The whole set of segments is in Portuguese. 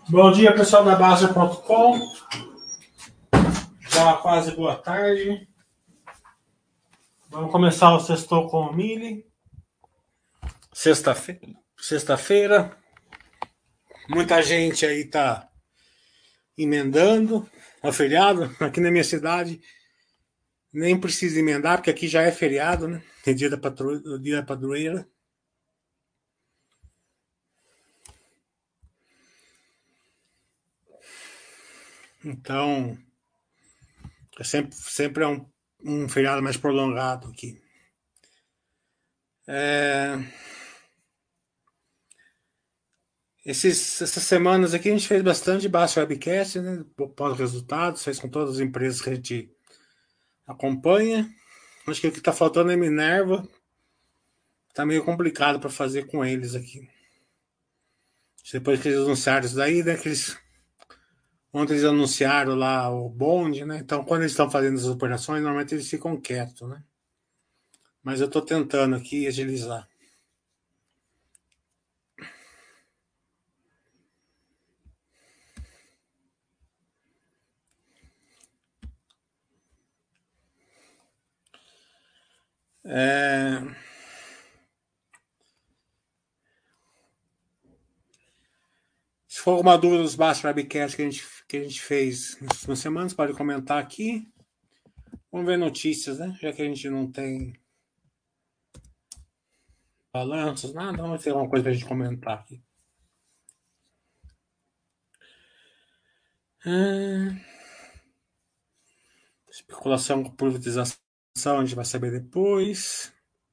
Bom dia, pessoal da Baixa.com. Já quase boa tarde. Vamos começar o Sextou com o Mili. Sexta-feira. Muita gente aí tá emendando o feriado. Aqui na minha cidade nem precisa emendar, porque aqui já é feriado, né? É dia da padroeira. Então, sempre é um feriado mais prolongado aqui. Essas semanas aqui a gente fez bastante Baixa Webcast, né? Pós-resultados, fez com todas as empresas que a gente acompanha. Acho que o que está faltando é Minerva. Tá meio complicado para fazer com eles aqui. Depois que eles anunciaram isso daí, né? Ontem eles anunciaram lá o bonde, né? Então, quando eles estão fazendo as operações, normalmente eles ficam quietos, né? Mas eu estou tentando aqui agilizar. É... Se for alguma dúvida dos baixos webcasts que a gente fez nas últimas semanas, pode comentar aqui. Vamos ver notícias, né? Já que a gente não tem balanços, nada, vamos ter alguma coisa para a gente comentar aqui. Especulação com privatização, a gente vai saber depois.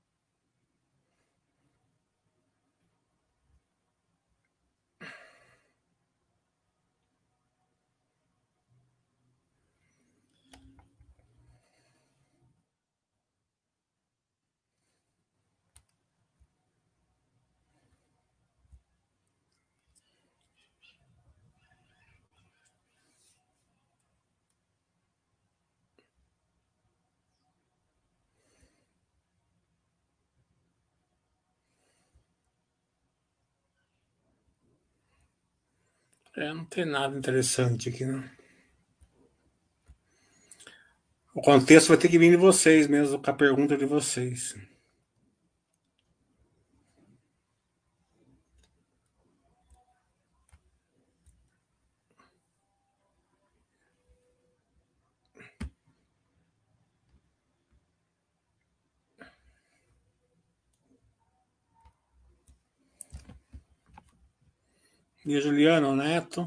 Não tem nada interessante aqui, né? O contexto vai ter que vir de vocês mesmo, com a pergunta de vocês. E Juliano Neto.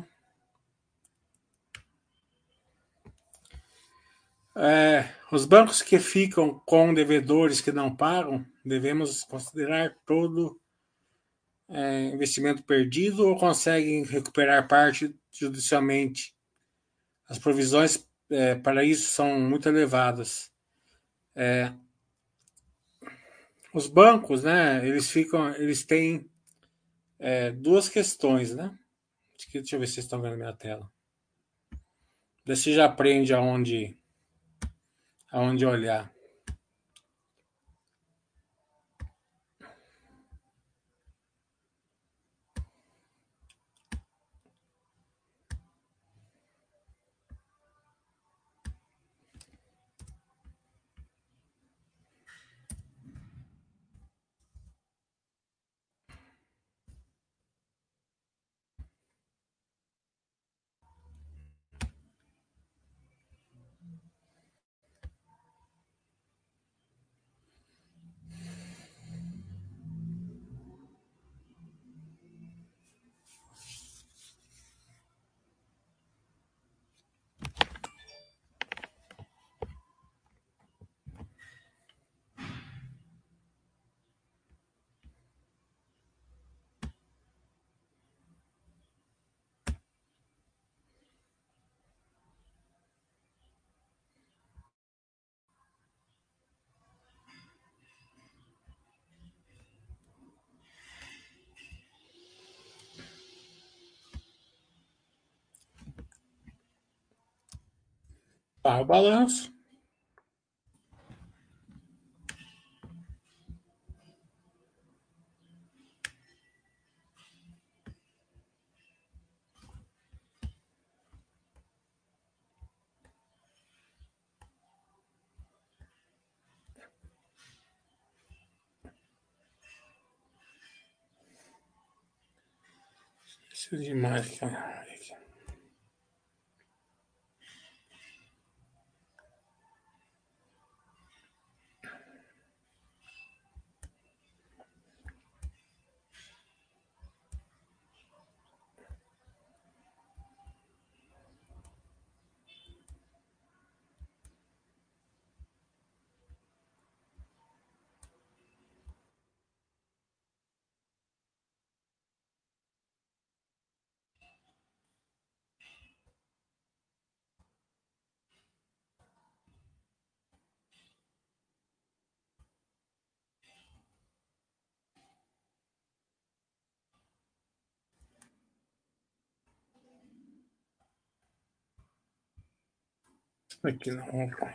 Os bancos que ficam com devedores que não pagam, devemos considerar todo investimento perdido ou conseguem recuperar parte judicialmente? As provisões para isso são muito elevadas. Os bancos, né, eles têm duas questões, né? Deixa eu ver se vocês estão vendo a minha tela. Você já aprende aonde olhar. Para o balanço. Preciso de mais, cara. Aqui não.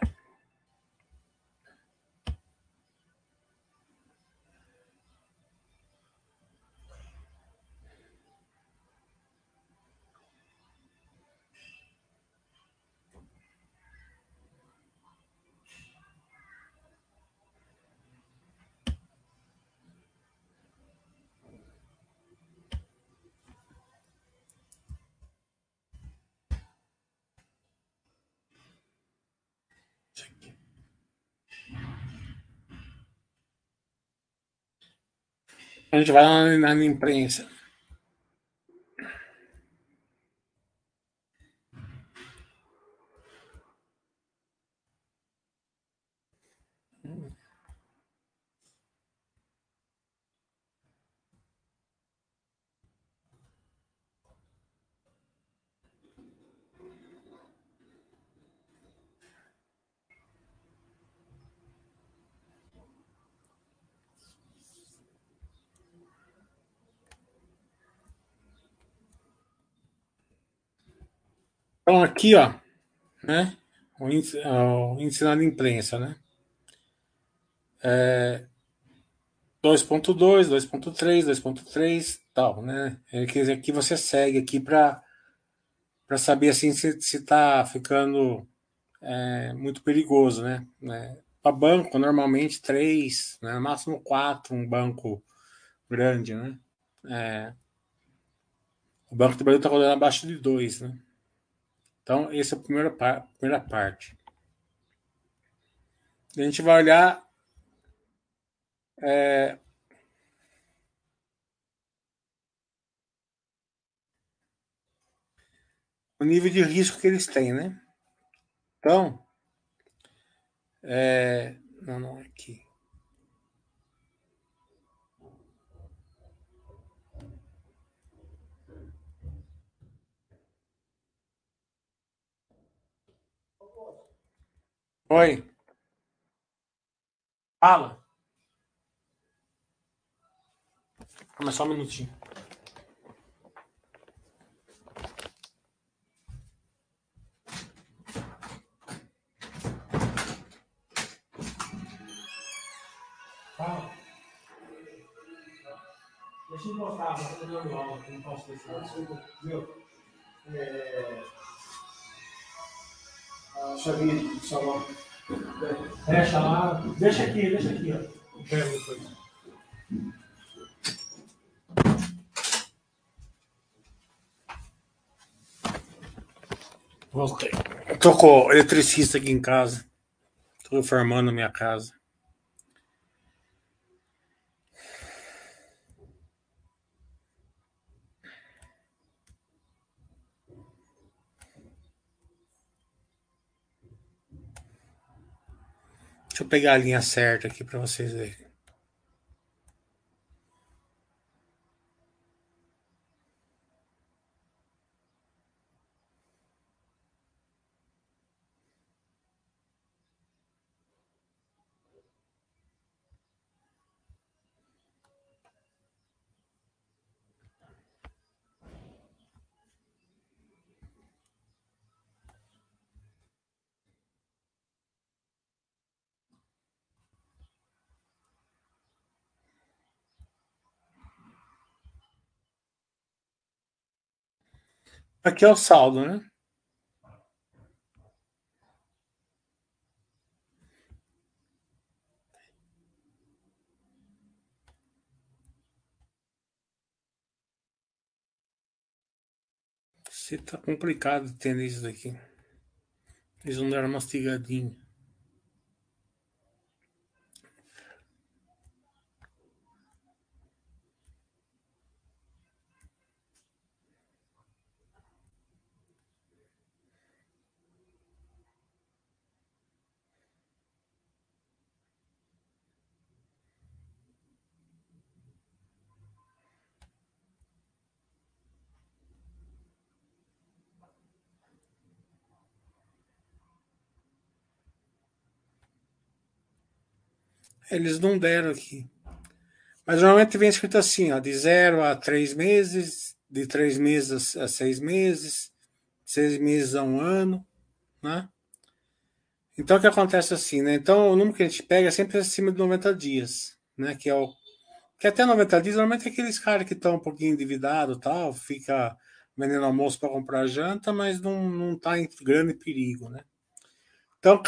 A gente vai lá na imprensa. Então aqui, ó, né? O índice na imprensa, né? 2.2, 2.3, 2.3, tal, né? Quer dizer, aqui você segue aqui para saber assim se está ficando muito perigoso, né? Para banco, normalmente 3, né? No máximo 4, um banco grande, né? É, o Banco do Brasil está rodando abaixo de 2, né? Então, essa é a primeira parte. A gente vai olhar o nível de risco que eles têm, né? Então, não, não, aqui. Oi, fala. Mas só um minutinho. Fala. Deixa eu encostar, vou fazer uma aula, não posso deixar. Viu? Chavinha de salão. Fecha lá. Deixa aqui, ó. Eu pego depois. Voltei. Tô com o eletricista aqui em casa. Tô reformando a minha casa. Deixa eu pegar a linha certa aqui para vocês verem. Aqui é o saldo, né? Tá complicado de entender isso daqui. Eles não deram mastigadinho. Eles não deram aqui. Mas normalmente vem escrito assim, ó, de 0 a 3 meses, de 3 meses a 6 meses, 6 meses a um ano, né? Então o que acontece assim, né? Então o número que a gente pega é sempre acima de 90 dias, né? Que até 90 dias normalmente é aqueles caras que estão um pouquinho endividados, tal, fica vendendo almoço para comprar janta, mas não tá em grande perigo, né? Então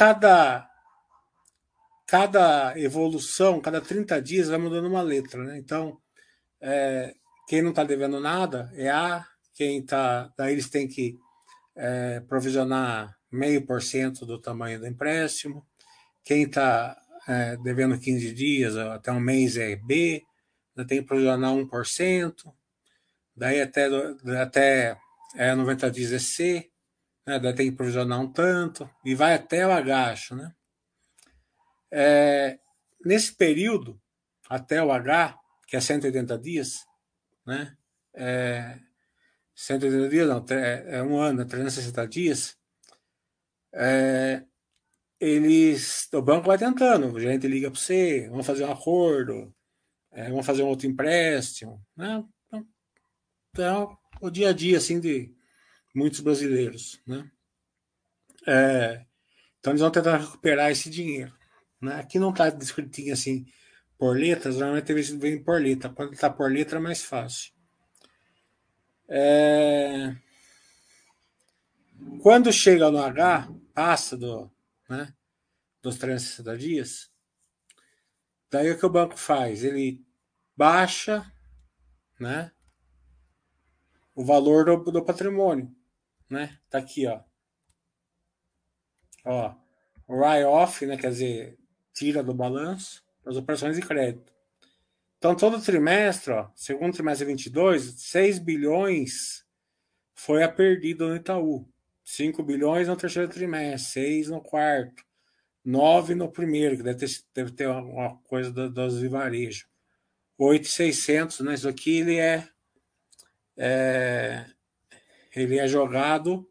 cada evolução, cada 30 dias vai mudando uma letra, né? Então quem não está devendo nada é A, quem está. Daí eles têm que provisionar 0,5% do tamanho do empréstimo. Quem está devendo 15 dias, até um mês é B, tem que provisionar 1%. Daí até 90 dias é C, né? Daí tem que provisionar um tanto, e vai até o H, acho, né? Nesse período, até o H, que é 180 dias, né? 180 dias, não, é um ano, 360 dias, o banco vai tentando, o gerente liga para você, vamos fazer um acordo, vamos fazer um outro empréstimo, né? Então, o dia a dia, assim, de muitos brasileiros, né? Então, eles vão tentar recuperar esse dinheiro, né? Aqui não está descritinho assim, por letras, normalmente eles vem por letra, quando está por letra é mais fácil. Quando chega no H, passa né, dos 360 dias, daí o que o banco faz? Ele baixa, né, o valor do patrimônio, né? Tá aqui, ó, o write-off, né, quer dizer, tira do balanço as operações de crédito. Então, todo trimestre, ó, segundo trimestre de 22, 6 bilhões foi a perdido no Itaú. 5 bilhões no terceiro trimestre, 6 no quarto, 9 no primeiro, que deve ter uma coisa dos de varejo. 8.600, né? Isso aqui ele é jogado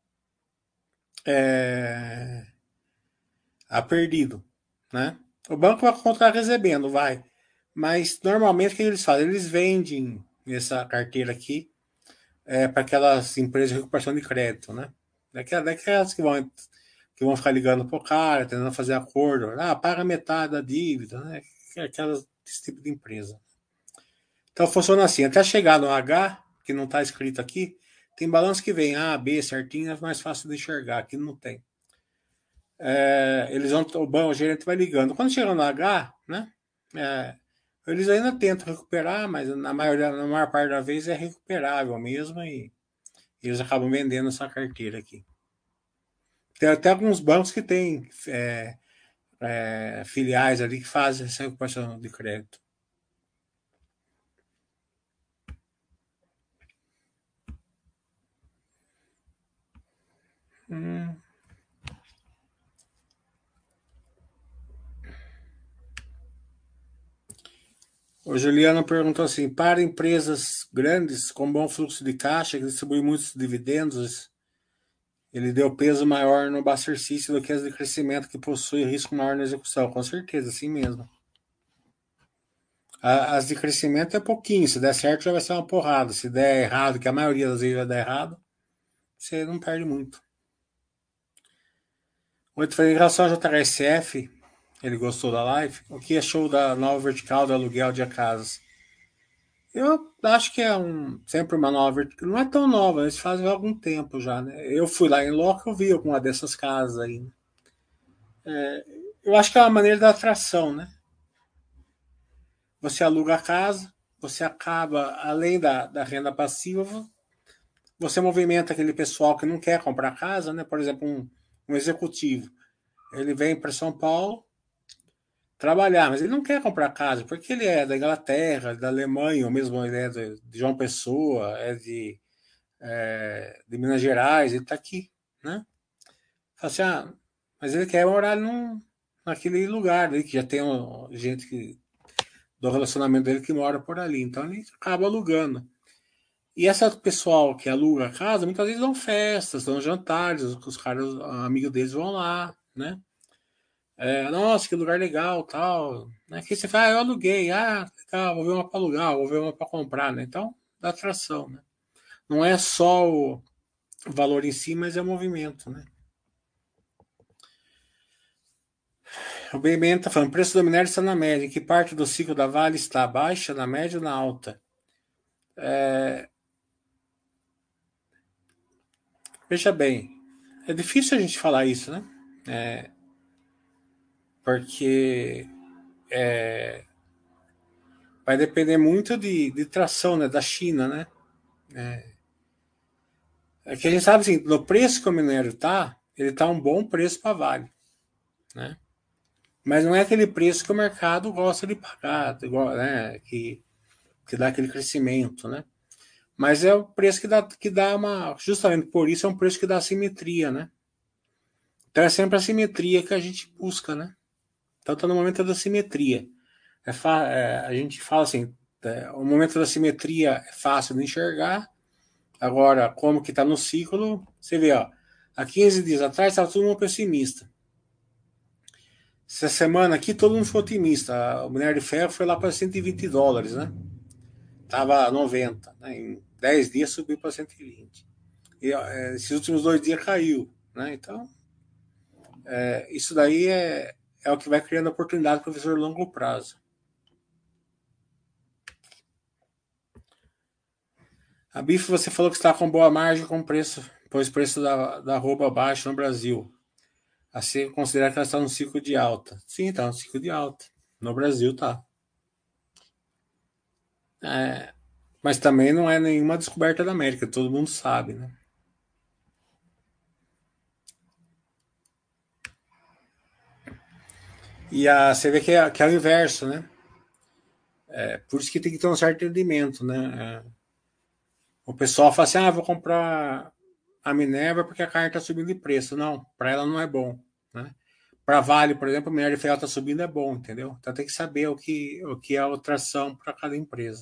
a perdido, né? O banco vai continuar recebendo, vai. Mas normalmente o que eles fazem? Eles vendem essa carteira aqui para aquelas empresas de recuperação de crédito, né? Daquelas que vão ficar ligando pro cara, tentando fazer acordo. Ah, paga metade da dívida, né? Esse tipo de empresa. Então funciona assim, até chegar no H, que não está escrito aqui, tem balanço que vem A, B, certinho, é mais fácil de enxergar, aqui não tem. Eles vão, o gerente vai ligando. Quando chega no H, né? é, eles ainda tentam recuperar, mas na maior parte da vez é recuperável mesmo e eles acabam vendendo essa carteira aqui. Tem até alguns bancos que têm filiais ali que fazem essa recuperação de crédito. Hum. O Juliano perguntou assim: para empresas grandes com bom fluxo de caixa, que distribuem muitos dividendos, ele deu peso maior no exercício do que as de crescimento, que possui risco maior na execução. Com certeza, assim mesmo. As de crescimento é pouquinho. Se der certo, já vai ser uma porrada. Se der errado, que a maioria das vezes vai dar errado, você não perde muito. Muito foi em relação ao JHSF, ele gostou da live. O que achou da nova vertical do aluguel de casas? Eu acho que é sempre uma nova vertical. Não é tão nova, eles fazem há algum tempo já, né? Eu fui lá em loco, eu vi alguma dessas casas aí. Eu acho que é uma maneira da atração, né? Você aluga a casa, você acaba, além da renda passiva, você movimenta aquele pessoal que não quer comprar casa, né? Por exemplo, um executivo. Ele vem para São Paulo trabalhar, mas ele não quer comprar casa, porque ele é da Inglaterra, da Alemanha, ou mesmo ele é de João Pessoa, de Minas Gerais, ele está aqui, né? Fala assim, mas ele quer morar naquele lugar ali, que já tem gente do relacionamento dele que mora por ali, então ele acaba alugando. E essa pessoal que aluga a casa, muitas vezes dão festas, dão jantares, os caras, amigos deles vão lá, né? Nossa, que lugar legal, tal. Né? Que você fala, eu aluguei, legal, vou ver uma para alugar, vou ver uma para comprar, né? Então, dá atração, né? Não é só o valor em si, mas é o movimento, né? O BMN está falando, o preço do minério está na média. Em que parte do ciclo da Vale está baixa, na média ou na alta? Veja bem, é difícil a gente falar isso, né? Porque vai depender muito de tração, né? Da China, né? É que a gente sabe assim, no preço que o minério tá, ele tá um bom preço para Vale, né? Mas não é aquele preço que o mercado gosta de pagar, igual, né? Que dá aquele crescimento, né? Mas é o preço que dá uma. Justamente por isso é um preço que dá simetria, né? Então é sempre a simetria que a gente busca, né? Então tá no momento da simetria. A gente fala assim, o momento da simetria é fácil de enxergar. Agora, como que está no ciclo, você vê, ó, há 15 dias atrás estava todo mundo pessimista. Essa semana aqui todo mundo foi otimista. O minério de ferro foi lá para US$ 120, né? Tava 90, né? Em 10 dias subiu para 120. E esses últimos 2 dias caiu, né? Então, isso daí é o que vai criando oportunidade para o investidor a longo prazo. A BIF você falou que está com boa margem com preço, pois o preço da arroba baixo no Brasil. A se considerar que ela está num ciclo de alta. Sim, está num ciclo de alta. No Brasil tá. É, mas também não é nenhuma descoberta da América, todo mundo sabe, né? Você vê que é o inverso, né? Por isso que tem que ter um certo entendimento, né? O pessoal fala assim, vou comprar a Minerva porque a carne está subindo de preço. Não, para ela não é bom, né? Para Vale, por exemplo, o minério de ferro está subindo é bom, entendeu? Então tem que saber o que é a atração para cada empresa.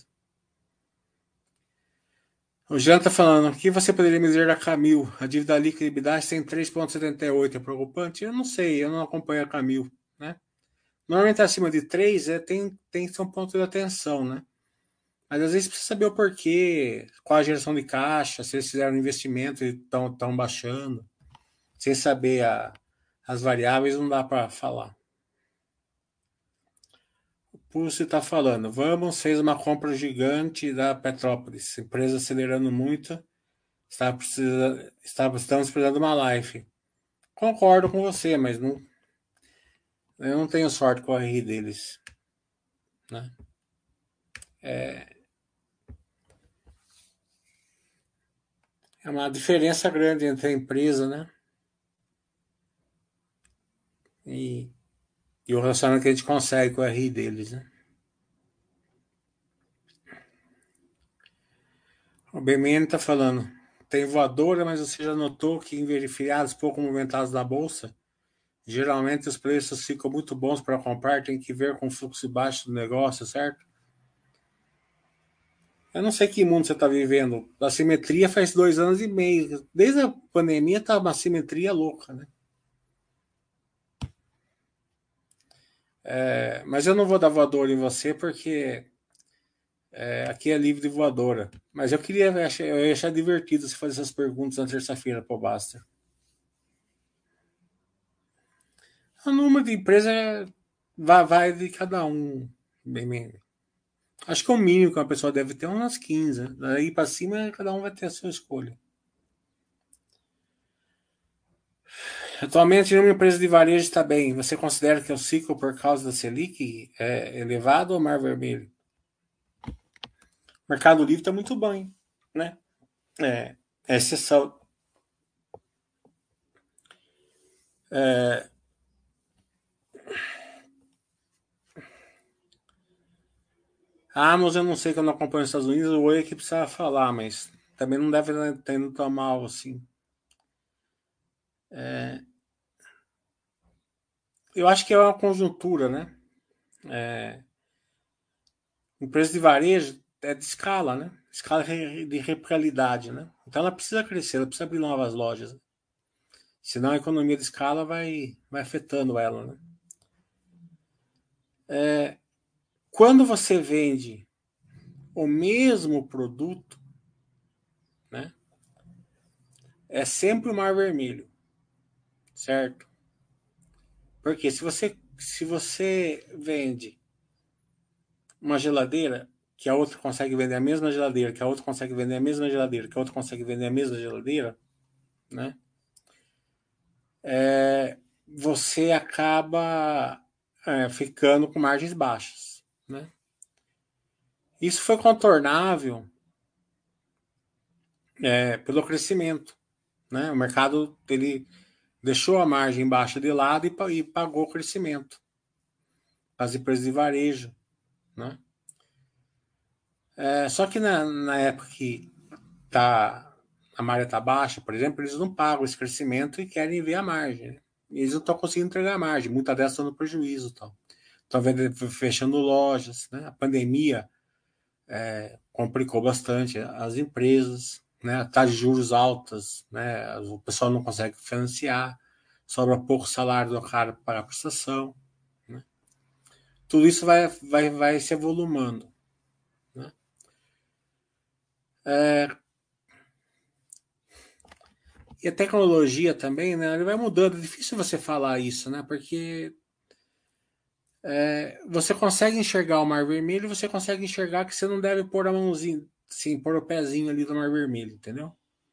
O Jean está falando, o que você poderia me dizer da Camil? A dívida líquida e EBITDA tem 3,78, é preocupante? Eu não sei, eu não acompanho a Camil, né? Normalmente acima de 3 tem que ser um ponto de atenção, né? Mas às vezes precisa saber o porquê, qual a geração de caixa, se eles fizeram um investimento e estão baixando. Sem saber as variáveis, não dá para falar. O Pulse está falando, vamos, fez uma compra gigante da Petrópolis, empresa acelerando muito, estamos precisando de uma life. Concordo com você, mas não, eu não tenho sorte com a RI deles, né? É uma diferença grande entre a empresa, né? E, e o relacionamento que a gente consegue com a RI deles, né? O BMN está falando, tem voadora, mas você já notou que em verificados pouco movimentados da bolsa, geralmente os preços ficam muito bons para comprar, tem que ver com o fluxo baixo do negócio, certo? Eu não sei que mundo você está vivendo. A simetria faz 2 anos e meio. Desde a pandemia tá uma simetria louca, né? Mas eu não vou dar voadora em você porque aqui é livre de voadora. Mas eu ia achar divertido você fazer essas perguntas na terça-feira pro Basta. O número de empresa vai de cada um. Acho que o mínimo que uma pessoa deve ter é umas 15. Daí para cima, cada um vai ter a sua escolha. Atualmente, nenhuma empresa de varejo está bem. Você considera que o ciclo por causa da Selic é elevado ou mar vermelho? O Mercado Livre está muito bem, né? É, exceção. A Amazon, eu não sei que eu não acompanho os Estados Unidos, o Oi é que precisava falar, mas também não deve estar indo tão mal assim. Eu acho que é uma conjuntura, né? Empresa de varejo é de escala, né? Escala de replicabilidade, né? Então ela precisa crescer, ela precisa abrir novas lojas. Senão a economia de escala vai afetando ela, né? Quando você vende o mesmo produto, né? É sempre o mar vermelho, certo? Porque se você vende uma geladeira que a outra consegue vender a mesma geladeira, que a outra consegue vender a mesma geladeira, que a outra consegue vender a mesma geladeira, né? Você acaba ficando com margens baixas, né? Isso foi contornável pelo crescimento, né? O mercado ele deixou a margem baixa de lado e pagou o crescimento. As empresas de varejo, né? Só que na época que tá, a margem está baixa, por exemplo, eles não pagam esse crescimento e querem ver a margem. Né? Eles não estão conseguindo entregar a margem, muitas delas estão no prejuízo. Estão fechando lojas. Né? A pandemia complicou bastante as empresas, né? Taxas de juros altas, né? O pessoal não consegue financiar, sobra pouco salário do cara para pagar a prestação. Né? Tudo isso vai se evolumando. Né? E a tecnologia também, né? Ele vai mudando. É difícil você falar isso, né? Porque você consegue enxergar o Mar Vermelho e você consegue enxergar que você não deve pôr a mãozinha, sim, pôr o pezinho ali do Mar Vermelho, entendeu?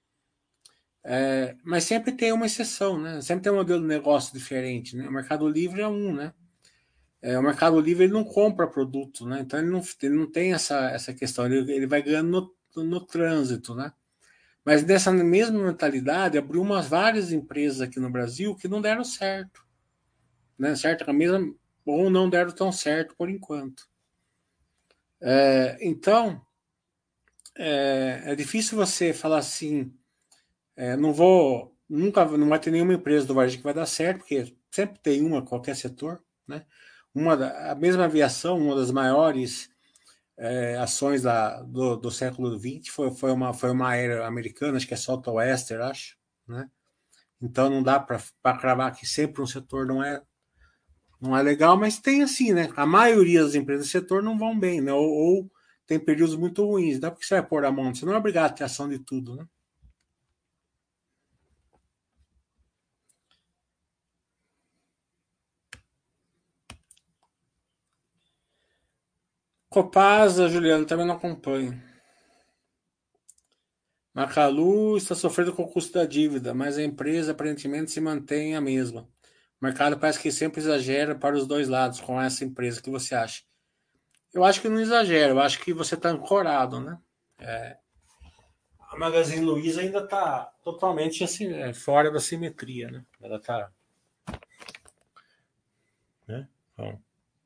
Mas sempre tem uma exceção, né? Sempre tem um modelo de negócio diferente, né? O Mercado Livre é um, né? O Mercado Livre ele não compra produto, né? Então ele não tem essa questão, ele vai ganhando no trânsito, né? Mas dessa mesma mentalidade, abriu várias empresas aqui no Brasil que não deram certo, né? Certo? A mesma, ou não deram tão certo por enquanto. Então, é difícil você falar assim, não vou, nunca, não vai ter nenhuma empresa do varejo que vai dar certo, porque sempre tem uma, qualquer setor, né? A mesma aviação, uma das maiores ações do século XX foi uma aérea americana, acho que é Southwest, acho, né? Então não dá para cravar que sempre um setor não é legal, mas tem assim, né? A maioria das empresas do setor não vão bem, né? Ou tem períodos muito ruins. Não é porque você vai pôr a mão, você não é obrigado a ter ação de tudo, né? Copasa, Juliano, também não acompanho. Magalu está sofrendo com o custo da dívida, mas a empresa aparentemente se mantém a mesma. O mercado parece que sempre exagera para os dois lados com essa empresa. O que você acha? Eu acho que não exagera, eu acho que você está ancorado, né? A Magazine Luiza ainda está totalmente assim, fora da simetria, né? Ela está, né? Então,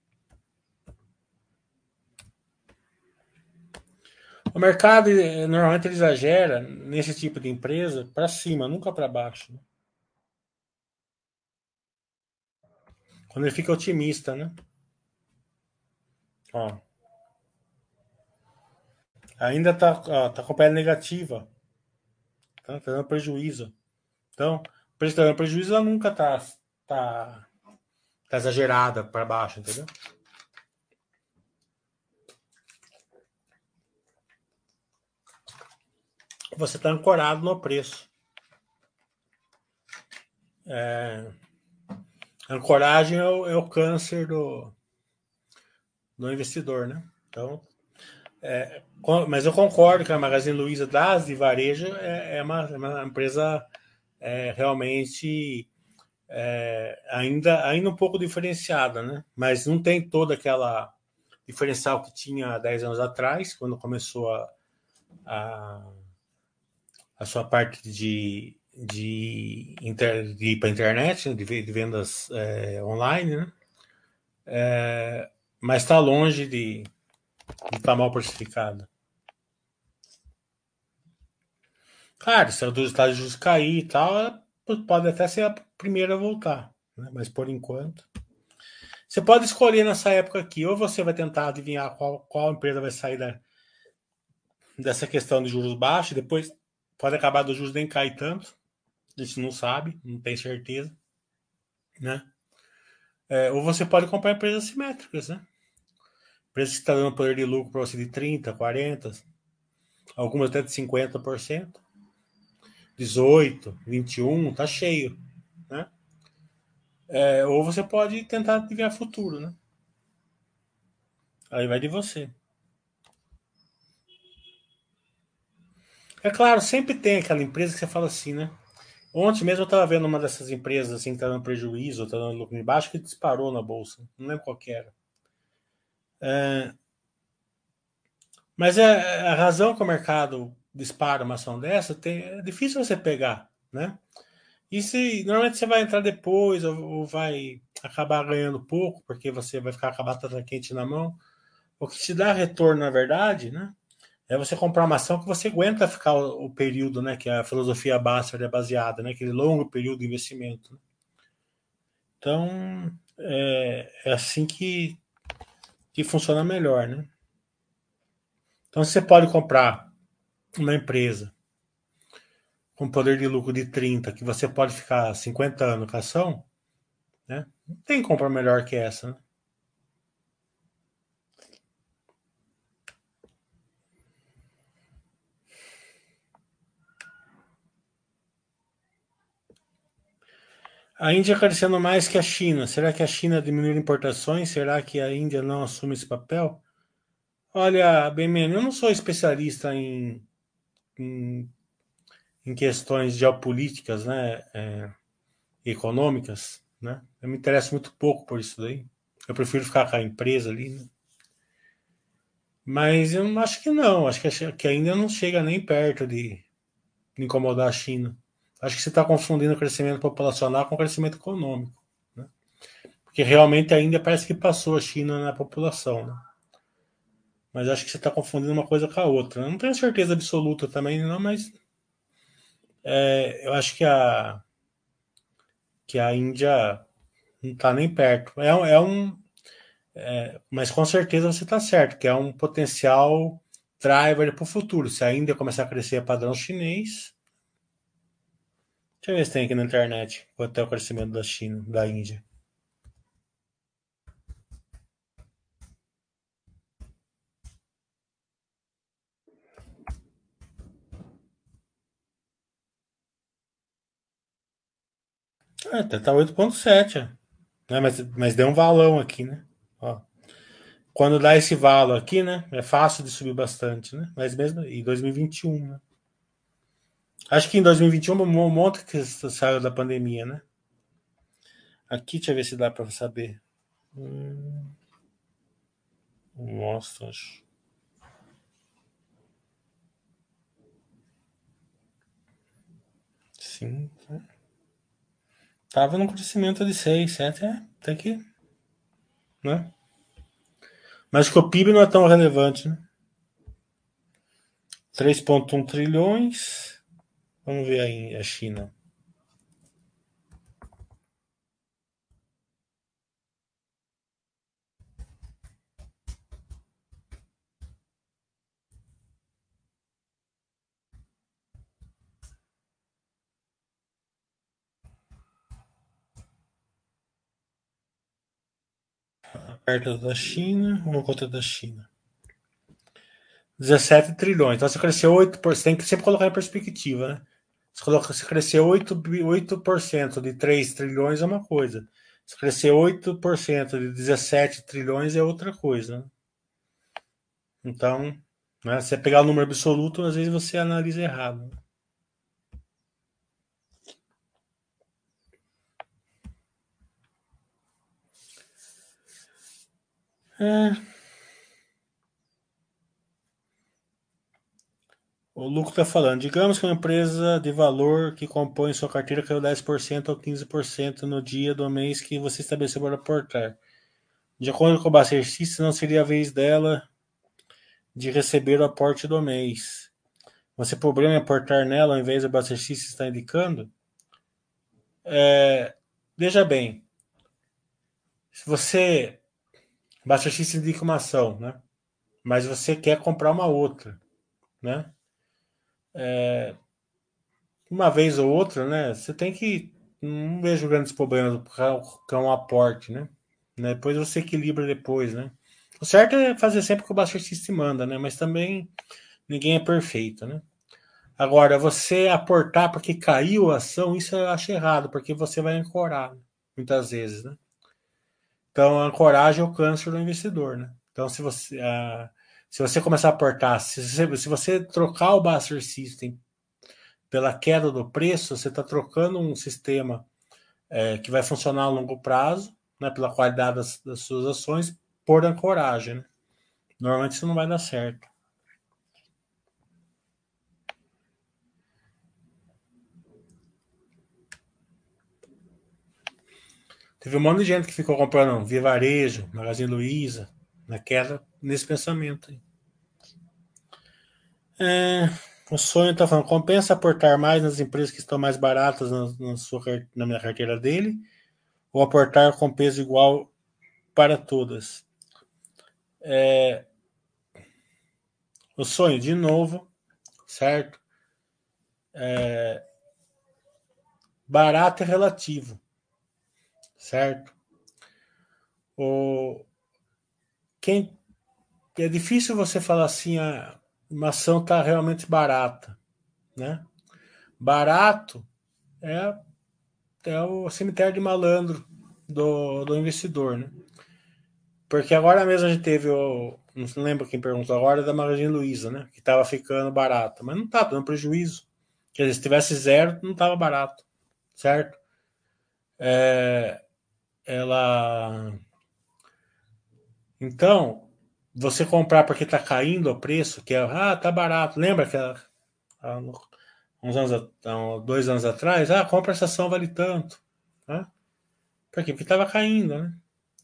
o mercado normalmente ele exagera nesse tipo de empresa para cima, nunca para baixo. Né? Quando ele fica otimista, né? Ó, ainda tá com pele negativa, tá dando prejuízo. Então, tá dando prejuízo, ela nunca tá, tá exagerada para baixo, entendeu? Você está ancorado no preço. Ancoragem é o câncer do investidor, né? Então, mas eu concordo que a Magazine Luiza das de varejo é uma empresa realmente ainda um pouco diferenciada, né? Mas não tem toda aquela diferencial que tinha 10 anos atrás, quando começou a, a sua parte de ir para a internet, né, de vendas online, né? Mas está longe de estar mal precificado. Claro, se os Estados Unidos cair e tal, pode até ser a primeira a voltar, né? Mas por enquanto. Você pode escolher nessa época aqui, ou você vai tentar adivinhar qual empresa vai sair dessa questão de juros baixos, depois pode acabar dos juros nem cair tanto, a gente não sabe, não tem certeza, né? Ou você pode comprar empresas simétricas, né? Empresas que estão dando poder de lucro para você de 30, 40, algumas até de 50%, 18, 21, tá cheio, né? Ou você pode tentar adivinhar futuro, né? Aí vai de você. É claro, sempre tem aquela empresa que você fala assim, né? Ontem mesmo eu estava vendo uma dessas empresas assim que tá dando prejuízo, tá dando lucro embaixo, que disparou na bolsa. Não lembro qual que era. Mas a razão que o mercado dispara uma ação dessa é difícil você pegar, né? E se normalmente você vai entrar depois ou vai acabar ganhando pouco, porque você vai ficar com a batata quente na mão. O que te dá retorno, na verdade, né? É você comprar uma ação que você aguenta ficar o período, né? Que a filosofia Baster é baseada, né? Aquele longo período de investimento. Né? Então, é assim que funciona melhor, né? Então, você pode comprar uma empresa com poder de lucro de 30, que você pode ficar 50 anos com a ação, né? Não tem compra melhor que essa, né? A Índia crescendo mais que a China. Será que a China diminuir importações? Será que a Índia não assume esse papel? Olha, bem menos, eu não sou especialista em, em questões geopolíticas, né, econômicas, né? Eu me interesso muito pouco por isso daí. Eu prefiro ficar com a empresa ali, né? Mas eu não acho que não. Acho que ainda não chega nem perto de incomodar a China. Acho que você está confundindo o crescimento populacional com o crescimento econômico, né? Porque realmente ainda parece que passou a China na população, né? Mas acho que você está confundindo uma coisa com a outra. Eu não tenho certeza absoluta também, não, mas eu acho que a Índia não está nem perto. Mas com certeza você está certo, que é um potencial driver para o futuro. Se a Índia começar a crescer a padrão chinês, deixa eu ver se tem aqui na internet quanto é o crescimento da China, da Índia. Tá 8,7, né? Mas deu um valão aqui, né? Ó, quando dá esse valo aqui, né? É fácil de subir bastante, né? Mas mesmo em 2021, né? Acho que em 2021 um monte que saiu da pandemia, né? Aqui, deixa eu ver se dá para saber. Nossa, sim. Tava num crescimento de 6, 7, até que, né? Mas que o PIB não é tão relevante, né? 3,1 trilhões. Vamos ver aí a China. Perto da China, uma conta da China. 17 trilhões. Então você cresceu 8%. Tem que sempre colocar em perspectiva, né? Se crescer 8% de 3 trilhões é uma coisa. Se crescer 8% de 17 trilhões é outra coisa. Né? Então, né, se você pegar o número absoluto, às vezes você analisa errado. É, O lucro está falando, digamos que uma empresa de valor que compõe sua carteira caiu 10% ou 15% no dia do mês que você estabeleceu para aportar. De acordo com o Buster System, não seria a vez dela de receber o aporte do mês. Você problema em aportar nela ao invés do Buster System estar indicando? Veja bem, se você. Buster System indica uma ação, né? Mas você quer comprar uma outra, né? Uma vez ou outra, né? Você tem que. Não vejo grandes problemas com um aporte, né? Depois você equilibra depois, né? O certo é fazer sempre o que o Buster System manda, né? Mas também ninguém é perfeito, né? Agora, você aportar porque caiu a ação, isso eu acho errado, porque você vai ancorar, né? Muitas vezes, né? Então, a ancoragem é o câncer do investidor, né? Então, se você começar a aportar, se você trocar o Buster System pela queda do preço, você está trocando um sistema que vai funcionar a longo prazo, né, pela qualidade das suas ações, por ancoragem. Né? Normalmente isso não vai dar certo. Teve um monte de gente que ficou comprando Via Varejo, Magazine Luiza, na queda, nesse pensamento. O sonho está falando, compensa aportar mais nas empresas que estão mais baratas na minha carteira dele, ou aportar com peso igual para todas. O sonho, de novo, certo? Barato é relativo, certo? O, quem, é difícil você falar assim, uma ação está realmente barata, né? Barato é, é o cemitério de malandro do investidor, né? Porque agora mesmo a gente teve o. Não lembro quem perguntou agora, da Magazine Luiza, né? Que estava ficando barato. Mas não tá dando prejuízo. Quer dizer, se tivesse zero, não estava barato. Certo? Ela. Então, você comprar porque está caindo o preço, que tá barato. Lembra que há uns anos, há 2 anos atrás, compra essa ação, vale tanto. Né? Por quê? Porque estava caindo, né?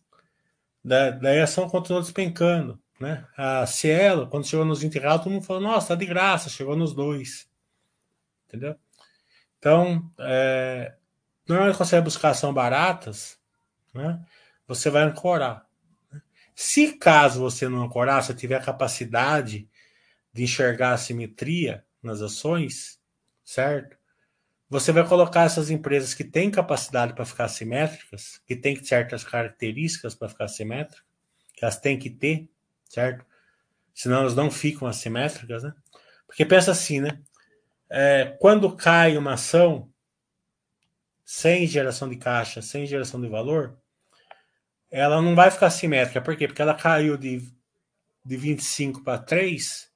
Daí a ação continuou despencando. Né? A Cielo, quando chegou nos 20 reais, todo mundo falou, nossa, tá de graça, chegou nos 2. Entendeu? Então, normalmente quando você vai buscar ação baratas, né, você vai ancorar. Se caso você não ancorar, você tiver a capacidade de enxergar a simetria nas ações, certo? Você vai colocar essas empresas que têm capacidade para ficar simétricas, que têm certas características para ficar simétricas, que elas têm que ter, certo? Senão elas não ficam assimétricas, né? Porque pensa assim, né? Quando cai uma ação sem geração de caixa, sem geração de valor, ela não vai ficar simétrica. Por quê? Porque ela caiu de 25 para 3,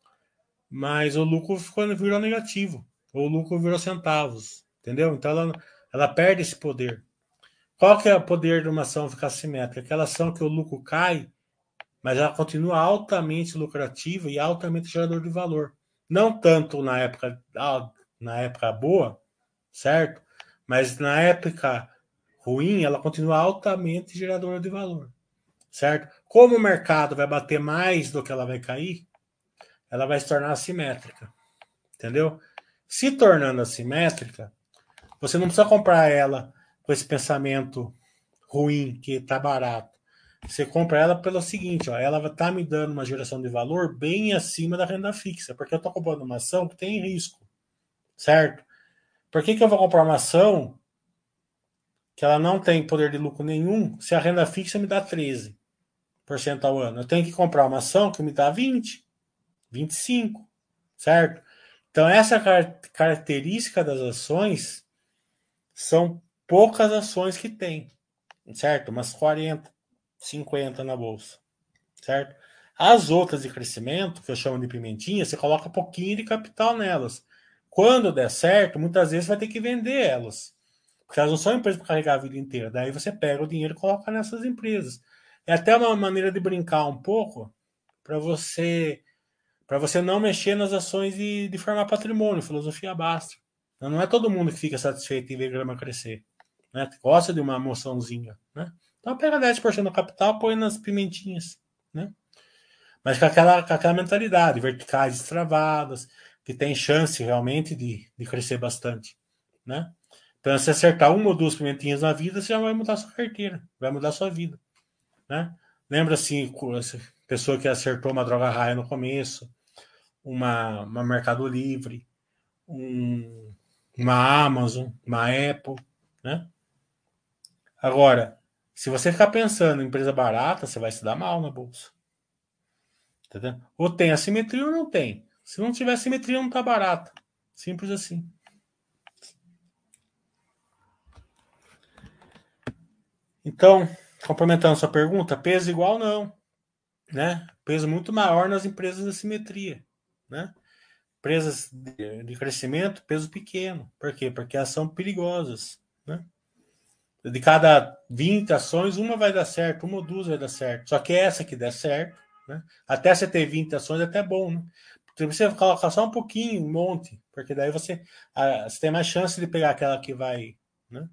mas o lucro virou negativo. Ou o lucro virou centavos. Entendeu? Então ela perde esse poder. Qual que é o poder de uma ação ficar simétrica? Aquela ação que o lucro cai, mas ela continua altamente lucrativa e altamente gerador de valor. Não tanto na época boa, certo? Mas na época ruim, ela continua altamente geradora de valor, certo? Como o mercado vai bater mais do que ela vai cair, ela vai se tornar assimétrica, entendeu? Se tornando assimétrica, você não precisa comprar ela com esse pensamento ruim, que está barato. Você compra ela pelo seguinte, ó, ela está me dando uma geração de valor bem acima da renda fixa, porque eu estou comprando uma ação que tem risco, certo? Por que eu vou comprar uma ação que ela não tem poder de lucro nenhum se a renda fixa me dá 13% ao ano? Eu tenho que comprar uma ação que me dá 20, 25, certo? Então, essa característica das ações são poucas ações que tem, certo? Umas 40, 50 na bolsa, certo? As outras de crescimento, que eu chamo de pimentinha, você coloca um pouquinho de capital nelas. Quando der certo, muitas vezes vai ter que vender elas. Porque elas não são empresas para carregar a vida inteira. Daí você pega o dinheiro e coloca nessas empresas. É até uma maneira de brincar um pouco para para você não mexer nas ações de formar patrimônio, filosofia basta. Não é todo mundo que fica satisfeito em ver a grama crescer, né? Gosta de uma moçãozinha, né? Então pega 10% do capital, põe nas pimentinhas, né? Mas com aquela mentalidade, verticais destravadas, que tem chance realmente de crescer bastante, né? Então, se acertar uma ou duas pimentinhas na vida, você já vai mudar sua carteira, vai mudar sua vida, né? Lembra assim, essa pessoa que acertou uma droga raia no começo, uma Mercado Livre, uma Amazon, uma Apple, né? Agora, se você ficar pensando em empresa barata, você vai se dar mal na bolsa. Entendeu? Ou tem assimetria ou não tem. Se não tiver simetria, não tá barata. Simples assim. Então, complementando sua pergunta, peso igual não, né? Peso muito maior nas empresas de assimetria, né? Empresas de crescimento, peso pequeno. Por quê? Porque elas são perigosas, né? De cada 20 ações, uma vai dar certo, uma ou duas vai dar certo. Só que essa que der certo, né? Até você ter 20 ações é até bom, né? Porque você colocar só um pouquinho, um monte, porque daí você tem mais chance de pegar aquela que vai, né?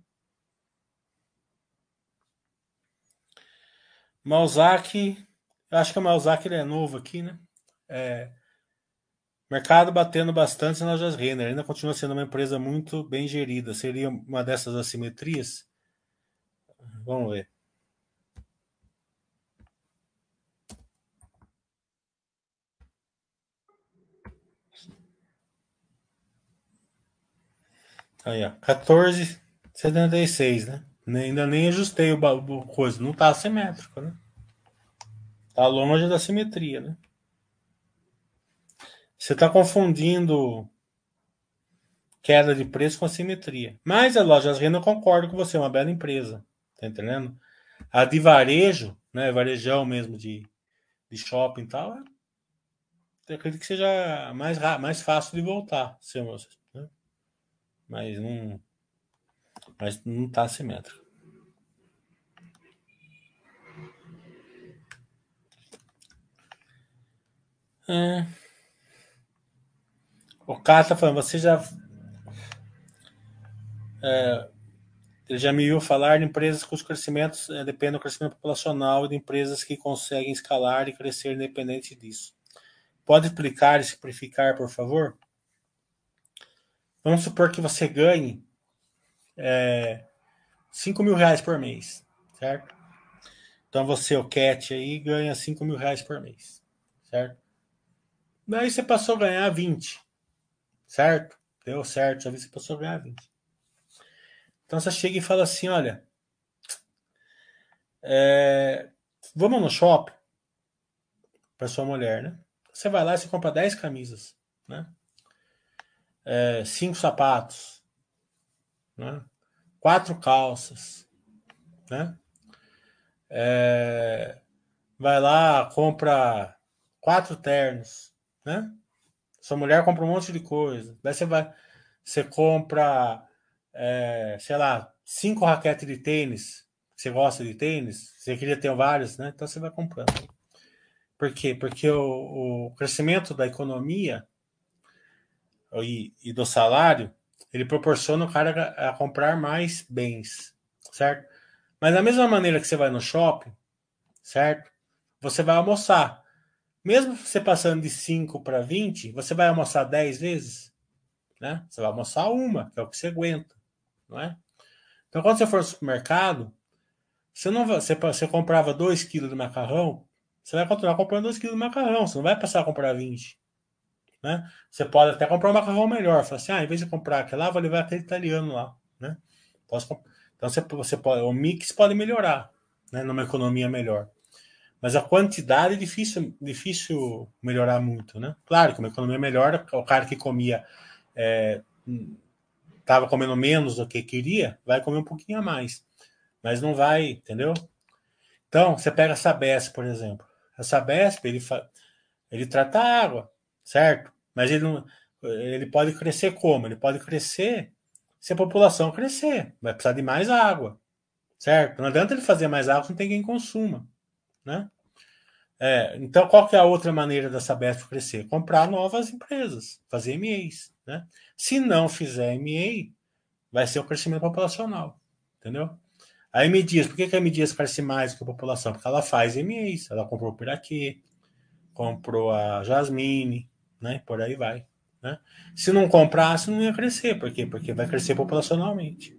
Mausaki, eu acho que o Mausaki ele é novo aqui, né? É, mercado batendo bastante nas lojas Renner, ainda continua sendo uma empresa muito bem gerida. Seria uma dessas assimetrias? Vamos ver. Aí, ó, 14,76, né? Ainda nem ajustei o coisa, não tá assimétrico, né? Tá longe da simetria, né? Você tá confundindo queda de preço com assimetria. Mas a Lojas Renner eu concordo com você, é uma bela empresa. Tá entendendo? A de varejo, né? Varejão mesmo de shopping e tal, eu acredito que seja mais fácil de voltar, né? Mas não, mas não tá assimétrico. É, o cara tá falando, você já ele já me viu falar de empresas cujos crescimentos dependem do crescimento populacional e de empresas que conseguem escalar e crescer independente disso. Pode explicar e simplificar, por favor? Vamos supor que você ganhe R$ 5.000 por mês, certo? Então você, o Cat aí, ganha R$ 5.000 por mês, certo? Daí você passou a ganhar 20, certo? Deu certo, já vi que você passou a ganhar 20. Então você chega e fala assim, olha, vamos no shopping para sua mulher, né? Você vai lá e você compra 10 camisas, né? 5 sapatos, né? 4 calças, né? Vai lá, compra 4 ternos, né? Sua mulher compra um monte de coisa. Daí você compra, sei lá, 5 raquetes de tênis. Você gosta de tênis? Você queria ter vários, né? Então você vai comprando. Por quê? Porque o crescimento da economia e do salário, ele proporciona o cara a comprar mais bens, certo? Mas da mesma maneira que você vai no shopping, certo? Você vai almoçar. Mesmo você passando de 5 para 20, você vai almoçar 10 vezes, né? Você vai almoçar uma, que é o que você aguenta, não é? Então, quando você for no supermercado, você comprava 2 quilos de macarrão, você vai continuar comprando 2 quilos de macarrão, você não vai passar a comprar 20, né? Você pode até comprar um macarrão melhor, falar assim, em vez de comprar aquele lá, vou levar aquele italiano lá, né? Então, você pode, o mix pode melhorar, né? Numa economia melhor. Mas a quantidade é difícil melhorar muito, né? Claro que uma economia melhor, o cara que comia estava comendo menos do que queria, vai comer um pouquinho a mais. Mas não vai, entendeu? Então, você pega a Sabesp, por exemplo. A Sabesp, ele trata a água, certo? Mas ele pode crescer como? Ele pode crescer se a população crescer. Vai precisar de mais água, certo? Não adianta ele fazer mais água se não tem quem consuma, né? Então, qual que é a outra maneira da Sabesp crescer? Comprar novas empresas, fazer M&As, né? Se não fizer M&A, vai ser o crescimento populacional, entendeu? A M Dias, por que a M Dias cresce mais do que a população? Porque ela faz M&As, ela comprou o Piraquê, comprou a Jasmine, né? Por aí vai, né? Se não comprasse, não ia crescer, por quê? Porque vai crescer populacionalmente.